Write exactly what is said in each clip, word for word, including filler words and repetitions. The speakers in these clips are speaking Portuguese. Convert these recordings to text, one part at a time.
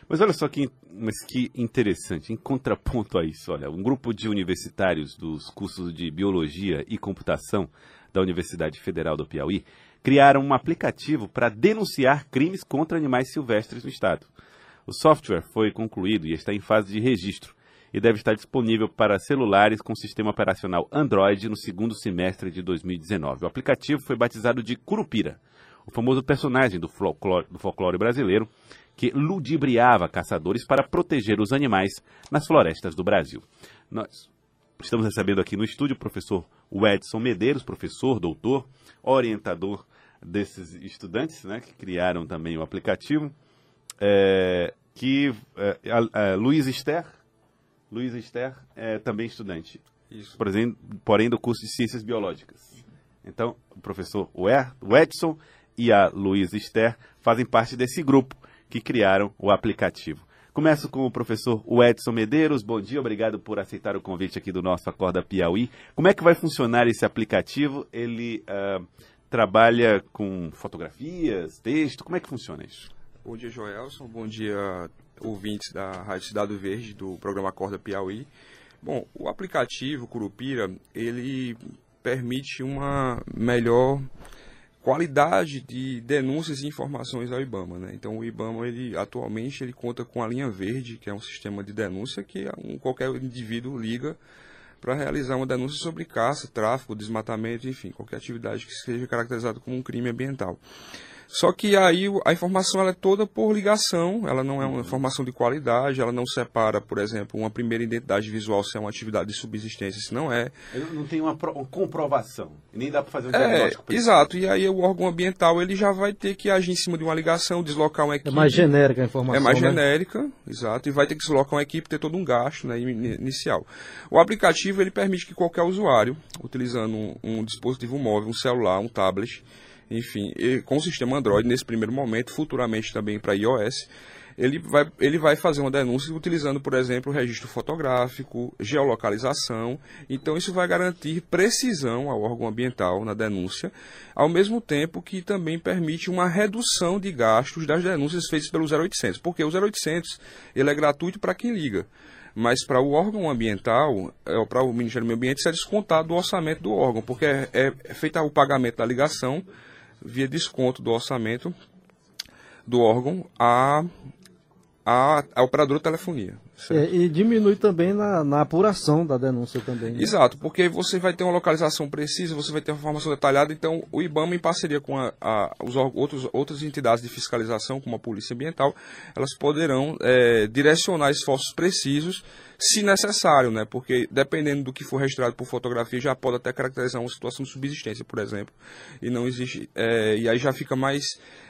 Mas olha só que, mas que interessante, em contraponto a isso, olha, um grupo de universitários dos cursos de Biologia e Computação da Universidade Federal do Piauí criaram um aplicativo para denunciar crimes contra animais silvestres no estado. O software foi concluído e está em fase de registro e deve estar disponível para celulares com sistema operacional Android no segundo semestre de dois mil e dezenove. O aplicativo foi batizado de Curupira, o famoso personagem do folclore, do folclore brasileiro, que ludibriava caçadores para proteger os animais nas florestas do Brasil. Nós estamos recebendo aqui no estúdio o professor Edson Medeiros, professor, doutor, orientador desses estudantes, né, que criaram também o aplicativo, é, que é, a, a Luiz Esther, Luiz Esther é também estudante, Isso. Por exemplo, porém do curso de Ciências Biológicas. Então, o professor Edson e a Luiz Esther fazem parte desse grupo que criaram o aplicativo. Começo com o professor Edson Medeiros. Bom dia, obrigado por aceitar o convite aqui do nosso Acorda Piauí. Como é que vai funcionar esse aplicativo? Ele uh, trabalha com fotografias, texto, como é que funciona isso? Bom dia, Joelson. Bom dia, ouvintes da Rádio Cidade Verde, do programa Acorda Piauí. Bom, o aplicativo Curupira, ele permite uma melhor qualidade de denúncias e informações ao IBAMA, né? Então, o IBAMA, ele, atualmente, ele conta com a linha verde, que é um sistema de denúncia que um, qualquer indivíduo liga para realizar uma denúncia sobre caça, tráfico, desmatamento, enfim, qualquer atividade que seja caracterizada como um crime ambiental. Só que aí a informação ela é toda por ligação, ela não é uma informação de qualidade, ela não separa, por exemplo, uma primeira identidade visual se é uma atividade de subsistência, se não é. Não tem uma, uma comprovação, nem dá para fazer um diagnóstico. É, exato, e aí o órgão ambiental ele já vai ter que agir em cima de uma ligação, deslocar uma equipe. É mais genérica a informação, É mais né? genérica, exato, e vai ter que deslocar uma equipe, ter todo um gasto, né, inicial. O aplicativo ele permite que qualquer usuário, utilizando um, um dispositivo móvel, um celular, um tablet, enfim, com o sistema Android, nesse primeiro momento, futuramente também para iOS, ele vai, ele vai fazer uma denúncia utilizando, por exemplo, o registro fotográfico, geolocalização. Então, isso vai garantir precisão ao órgão ambiental na denúncia, ao mesmo tempo que também permite uma redução de gastos das denúncias feitas pelo zero oitocentos, porque o zero oitocentos ele é gratuito para quem liga. Mas para o órgão ambiental, é, para o Ministério do Meio Ambiente, isso é descontado do orçamento do órgão, porque é, é feito o pagamento da ligação via desconto do orçamento do órgão à, à, à operadora de telefonia. É, e diminui também na, na apuração da denúncia também. Né? Exato, porque você vai ter uma localização precisa, você vai ter uma informação detalhada, então o IBAMA, em parceria com a, a, os outros, outras entidades de fiscalização, como a Polícia Ambiental, elas poderão é, direcionar esforços precisos, se necessário, né? Porque dependendo do que for registrado por fotografia, já pode até caracterizar uma situação de subsistência, por exemplo, e não existe, é, e aí já fica mais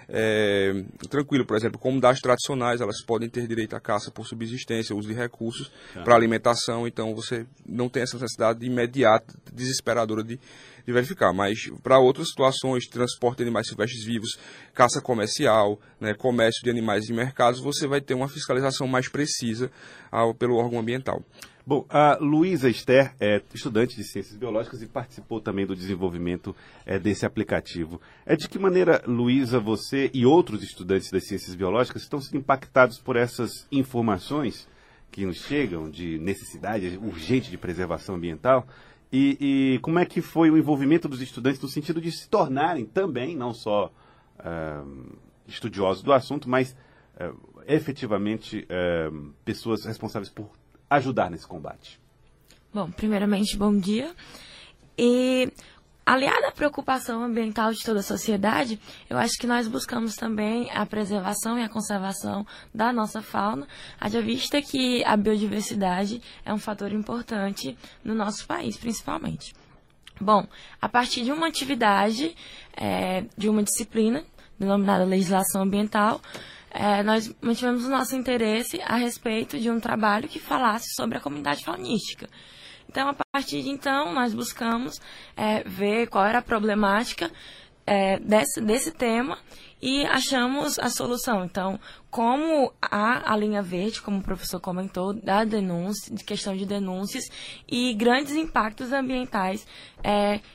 é, tranquilo, por exemplo, comunidades tradicionais, elas podem ter direito à caça por subsistência, uso de recursos tá. para alimentação, então você não tem essa necessidade imediata, desesperadora de, de verificar, mas para outras situações, transporte de animais silvestres vivos, caça comercial, né, comércio de animais em mercados, você vai ter uma fiscalização mais precisa ao, pelo órgão ambiental. Bom, a Luísa Esther é estudante de Ciências Biológicas e participou também do desenvolvimento é, desse aplicativo. É, de que maneira, Luísa, você e outros estudantes das Ciências Biológicas estão sendo impactados por essas informações que nos chegam de necessidade urgente de preservação ambiental? E, e como é que foi o envolvimento dos estudantes no sentido de se tornarem também, não só uh, estudiosos do assunto, mas uh, efetivamente uh, pessoas responsáveis por ajudar nesse combate? Bom, primeiramente, bom dia. E, aliado à preocupação ambiental de toda a sociedade, eu acho que nós buscamos também a preservação e a conservação da nossa fauna, haja vista que a biodiversidade é um fator importante no nosso país, principalmente. Bom, a partir de uma atividade, é, de uma disciplina, denominada legislação ambiental, É, nós mantivemos o nosso interesse a respeito de um trabalho que falasse sobre a comunidade faunística. Então, a partir de então, nós buscamos é, ver qual era a problemática é, desse, desse tema e achamos a solução. Então, como há a linha verde, como o professor comentou, da denúncia, de questão de denúncias e grandes impactos ambientais é,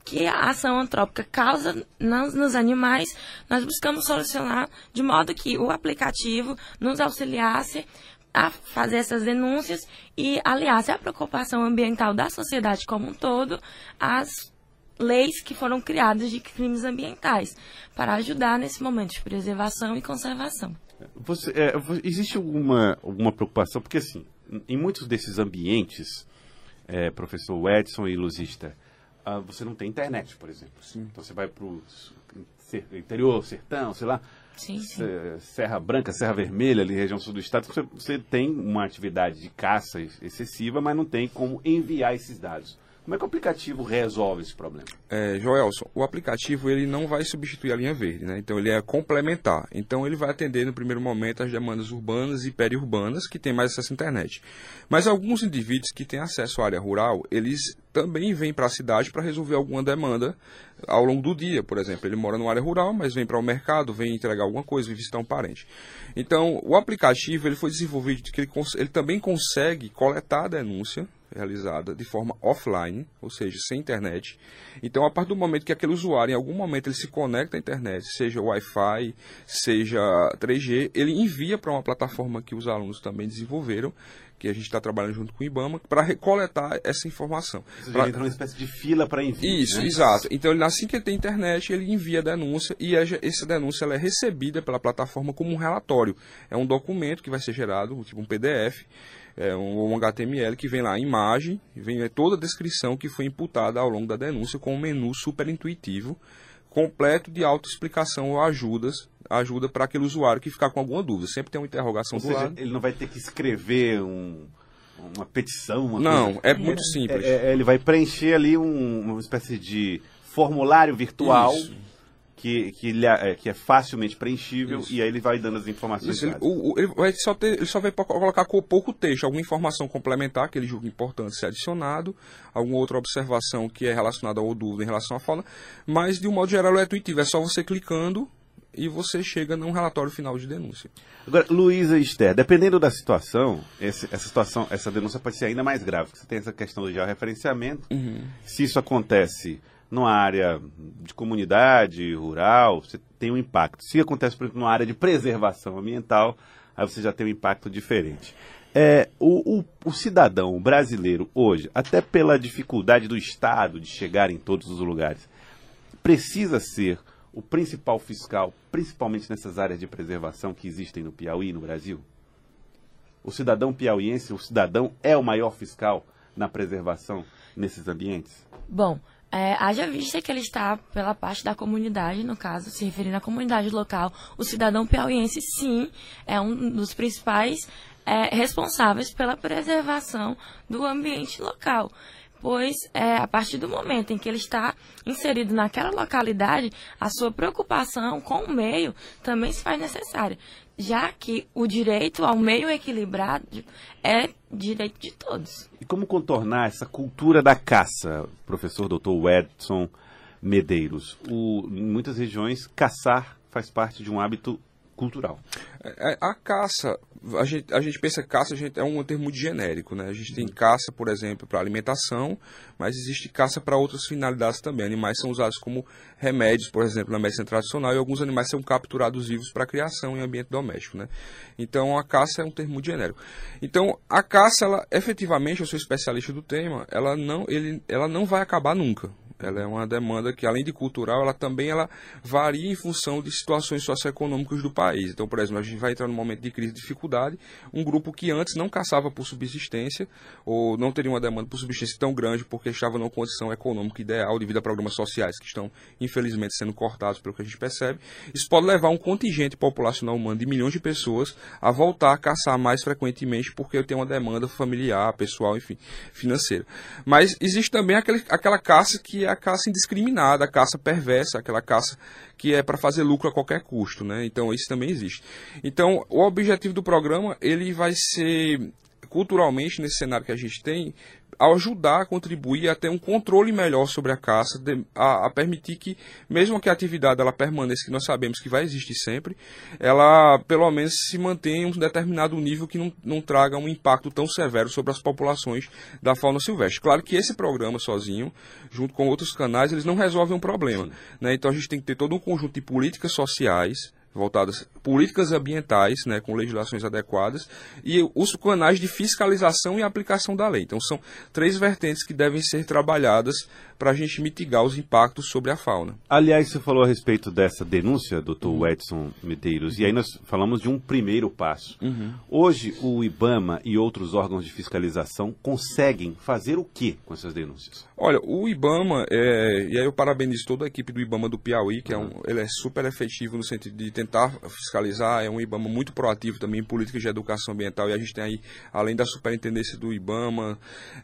que a ação antrópica causa nos, nos animais, nós buscamos solucionar de modo que o aplicativo nos auxiliasse a fazer essas denúncias e aliasse a preocupação ambiental da sociedade como um todo às leis que foram criadas de crimes ambientais, para ajudar nesse momento de preservação e conservação. Você, é, existe alguma, alguma preocupação? Porque, assim, em muitos desses ambientes, é, professor Edson e Luzista, uh, você não tem internet, por exemplo. Sim. Então, você vai para o interior, sertão, sei lá, sim, sim. Serra Branca, Serra Vermelha, ali, região sul do estado, você, você tem uma atividade de caça excessiva, mas não tem como enviar esses dados. Como é que o aplicativo resolve esse problema? É, Joelson, o aplicativo ele não vai substituir a linha verde, né? Então ele é complementar. Então ele vai atender no primeiro momento as demandas urbanas e periurbanas que têm mais acesso à internet. Mas alguns indivíduos que têm acesso à área rural, eles também vêm para a cidade para resolver alguma demanda ao longo do dia, por exemplo. Ele mora numa área rural, mas vem para o mercado, vem entregar alguma coisa, vem visitar um parente. Então o aplicativo ele foi desenvolvido que ele, ele também consegue coletar a denúncia realizada de forma offline, ou seja, sem internet. Então, a partir do momento que aquele usuário, em algum momento, ele se conecta à internet, seja Wi-Fi, seja três G, ele envia para uma plataforma que os alunos também desenvolveram, que a gente está trabalhando junto com o IBAMA, para recoletar essa informação. Você pra... entra numa espécie de fila para envio. Isso, né? Exato. Então, ele, assim que ele tem internet, ele envia a denúncia e essa denúncia ela é recebida pela plataforma como um relatório. É um documento que vai ser gerado, tipo um P D F, é um, um H T M L que vem lá a imagem, vem toda a descrição que foi imputada ao longo da denúncia com um menu super intuitivo, completo de autoexplicação ou ajudas, ajuda para aquele usuário que ficar com alguma dúvida. Sempre tem uma interrogação ou do seja, lado. Ele não vai ter que escrever um, uma petição, uma Não, coisa. é muito simples. É, é, ele vai preencher ali um, uma espécie de formulário virtual. Isso. Que, que, ele é, que é facilmente preenchível. Isso. E aí ele vai dando as informações. Isso, ele, o, o, ele, vai só ter, ele só vai colocar com pouco texto, alguma informação complementar que ele julga importante ser adicionado, alguma outra observação que é relacionada ou dúvida em relação à fauna, mas de um modo geral é intuitivo, é só você clicando e você chega num relatório final de denúncia. Agora, Luísa e Esther, dependendo da situação, esse, essa situação, essa denúncia pode ser ainda mais grave, porque você tem essa questão do georreferenciamento. Uhum. Se isso acontece numa área de comunidade rural, você tem um impacto. Se acontece, por exemplo, numa área de preservação ambiental, aí você já tem um impacto diferente. É, o, o, o cidadão brasileiro hoje, até pela dificuldade do Estado de chegar em todos os lugares, precisa ser o principal fiscal, principalmente nessas áreas de preservação que existem no Piauí, no Brasil? O cidadão piauiense, o cidadão é o maior fiscal na preservação nesses ambientes? Bom, É, haja vista que ele está pela parte da comunidade, no caso, se referindo à comunidade local, o cidadão piauiense, sim, é um dos principais é, responsáveis pela preservação do ambiente local. Pois, é, a partir do momento em que ele está inserido naquela localidade, a sua preocupação com o meio também se faz necessária, já que o direito ao meio equilibrado é direito de todos. E como contornar essa cultura da caça, professor doutor Edson Medeiros? O, em muitas regiões, caçar faz parte de um hábito cultural. A, a caça, a gente, a gente pensa que caça a gente, é um termo muito genérico, né? A gente tem caça, por exemplo, para alimentação, mas existe caça para outras finalidades também. Animais são usados como remédios, por exemplo, na medicina tradicional, e alguns animais são capturados vivos para criação em ambiente doméstico, né? Então, a caça é um termo muito genérico. Então, a caça, ela, efetivamente, eu sou especialista do tema, ela não, ele, ela não vai acabar nunca. Ela é uma demanda que, além de cultural, ela também ela varia em função de situações socioeconômicas do país. Então, por exemplo, a gente vai entrar num momento de crise e dificuldade, um grupo que antes não caçava por subsistência, ou não teria uma demanda por subsistência tão grande porque estava numa condição econômica ideal devido a programas sociais que estão, infelizmente, sendo cortados pelo que a gente percebe. Isso pode levar um contingente populacional humano de milhões de pessoas a voltar a caçar mais frequentemente porque tem uma demanda familiar, pessoal, enfim, financeira. Mas existe também aquele, aquela caça que é a caça indiscriminada, a caça perversa, aquela caça que é para fazer lucro a qualquer custo, né? Então isso também existe. Então o objetivo do programa ele vai ser culturalmente nesse cenário que a gente tem a ajudar a contribuir a ter um controle melhor sobre a caça, de, a, a permitir que, mesmo que a atividade ela permaneça, que nós sabemos que vai existir sempre, ela pelo menos se mantenha em um determinado nível que não, não traga um impacto tão severo sobre as populações da fauna silvestre. Claro que esse programa sozinho, junto com outros canais, eles não resolvem um problema, né? Então a gente tem que ter todo um conjunto de políticas sociais, voltadas políticas ambientais, né, com legislações adequadas, e os canais de fiscalização e aplicação da lei. Então são três vertentes que devem ser trabalhadas para a gente mitigar os impactos sobre a fauna. Aliás, você falou a respeito dessa denúncia, doutor Uhum. Edson Medeiros, uhum. e aí nós falamos de um primeiro passo. Uhum. Hoje, o IBAMA e outros órgãos de fiscalização conseguem fazer o que com essas denúncias? Olha, o IBAMA, é, e aí eu parabenizo toda a equipe do IBAMA do Piauí, que uhum. é um, ele é super efetivo no sentido de tentar fiscalizar, é um IBAMA muito proativo também em políticas de educação ambiental, e a gente tem aí, além da superintendência do IBAMA,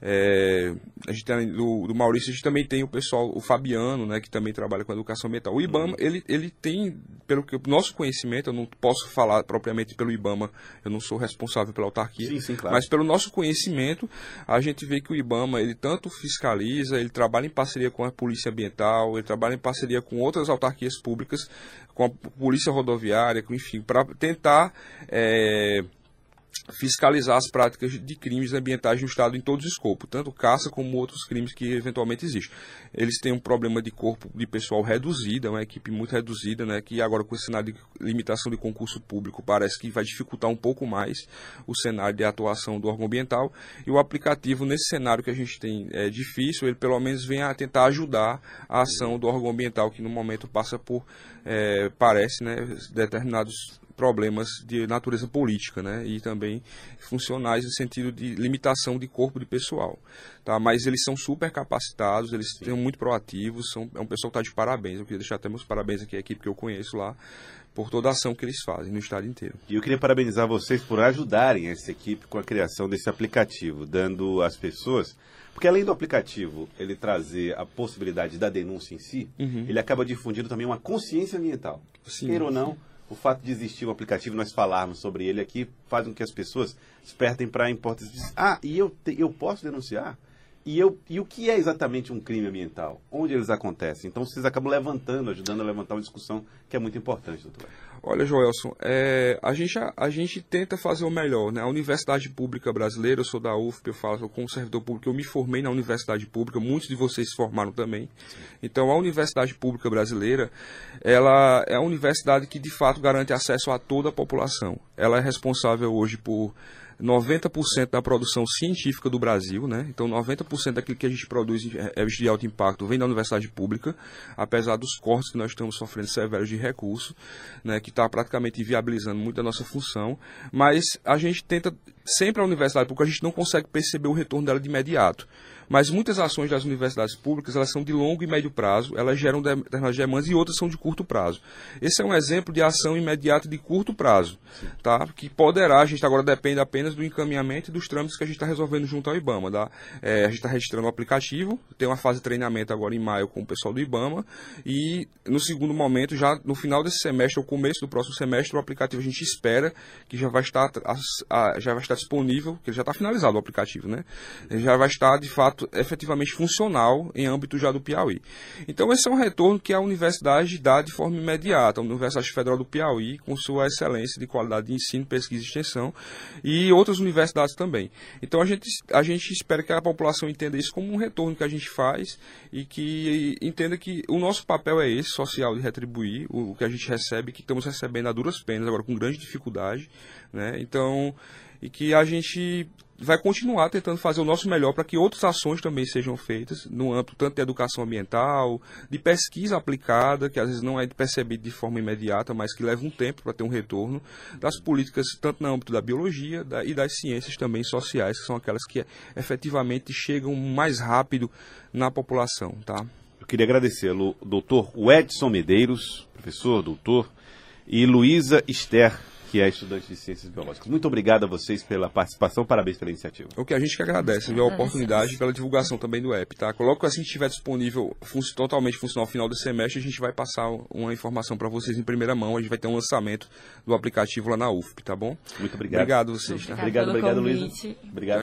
é, a gente tem do, do Maurício, a gente também tem o pessoal, o Fabiano, né, que também trabalha com educação ambiental. O IBAMA, uhum. ele, ele tem, pelo que nosso conhecimento, eu não posso falar propriamente pelo IBAMA, eu não sou responsável pela autarquia, sim, sim, claro. Mas pelo nosso conhecimento, a gente vê que o IBAMA, ele tanto fiscaliza, ele trabalha em parceria com a Polícia Ambiental, ele trabalha em parceria com outras autarquias públicas, com a Polícia Rodoviária, enfim, para tentar é, fiscalizar as práticas de crimes ambientais no Estado em todos os escopos, tanto caça como outros crimes que eventualmente existem. Eles têm um problema de corpo de pessoal reduzido, é uma equipe muito reduzida, né, que agora com esse cenário de limitação de concurso público parece que vai dificultar um pouco mais o cenário de atuação do órgão ambiental, e o aplicativo nesse cenário que a gente tem é difícil, ele pelo menos vem a tentar ajudar a ação do órgão ambiental, que no momento passa por, é, parece, né, determinados problemas de natureza política, né, e também funcionais no sentido de limitação de corpo de pessoal, tá? Mas eles são super capacitados, eles são muito proativos, são, é um pessoal que está de parabéns. Eu queria deixar até meus parabéns aqui à equipe que eu conheço lá, por toda a ação que eles fazem no estado inteiro. E eu queria parabenizar vocês por ajudarem essa equipe com a criação desse aplicativo, dando às pessoas... Porque além do aplicativo ele trazer a possibilidade da denúncia em si, uhum. ele acaba difundindo também uma consciência ambiental. Sim, queira ou não, sim. O fato de existir o aplicativo, nós falarmos sobre ele aqui, faz com que as pessoas despertem para a importância de... Ah, e eu, te, eu posso denunciar? E, eu, e o que é exatamente um crime ambiental? Onde eles acontecem? Então vocês acabam levantando, ajudando a levantar uma discussão que é muito importante, doutor. Olha, Joelson, é, a, gente, a, a gente tenta fazer o melhor, né? A Universidade Pública Brasileira, eu sou da U F P, eu falo sou como servidor público, eu me formei na Universidade Pública, muitos de vocês se formaram também. Sim. Então, a Universidade Pública Brasileira, ela é a universidade que, de fato, garante acesso a toda a população. Ela é responsável hoje por noventa por cento da produção científica do Brasil, né? Então noventa por cento daquilo que a gente produz é de alto impacto vem da universidade pública, apesar dos cortes que nós estamos sofrendo severos de recursos, né, que está praticamente inviabilizando muito a nossa função, mas a gente tenta sempre a universidade pública, a gente não consegue perceber o retorno dela de imediato. Mas muitas ações das universidades públicas, elas são de longo e médio prazo, elas geram determinadas demandas e outras são de curto prazo. Esse é um exemplo de ação imediata de curto prazo, tá? Que poderá, a gente agora depende apenas do encaminhamento e dos trâmites que a gente está resolvendo junto ao IBAMA. Tá? É, a gente está registrando o aplicativo, tem uma fase de treinamento agora em maio com o pessoal do IBAMA e no segundo momento, já no final desse semestre ou começo do próximo semestre, o aplicativo a gente espera que já vai estar, a, já vai estar disponível, que já está finalizado o aplicativo, né? Ele já vai estar de fato efetivamente funcional em âmbito já do Piauí. Então esse é um retorno que a universidade dá de forma imediata, a Universidade Federal do Piauí, com sua excelência de qualidade de ensino, pesquisa e extensão, e outras universidades também. Então a gente, a gente espera que a população entenda isso como um retorno que a gente faz e que entenda que o nosso papel é esse, social, de retribuir o, o que a gente recebe, que estamos recebendo a duras penas, agora com grande dificuldade, né? Então, e que a gente vai continuar tentando fazer o nosso melhor para que outras ações também sejam feitas no âmbito tanto de educação ambiental, de pesquisa aplicada, que às vezes não é percebido de forma imediata, mas que leva um tempo para ter um retorno, das políticas tanto no âmbito da biologia da, e das ciências também sociais, que são aquelas que efetivamente chegam mais rápido na população, tá? Eu queria agradecê-lo, doutor Edson Medeiros, professor, doutor, e Luísa Esther, que é estudante de Ciências Biológicas. Muito obrigado a vocês pela participação, parabéns pela iniciativa. O que a gente que agradece, viu, a oportunidade e pela divulgação também do app, tá? Logo que assim estiver disponível, fun totalmente funcional no final do semestre, a gente vai passar uma informação para vocês em primeira mão, a gente vai ter um lançamento do aplicativo lá na U F P, tá bom? Muito obrigado. Obrigado a vocês, tá? Obrigado, obrigado, Luísa. Obrigado.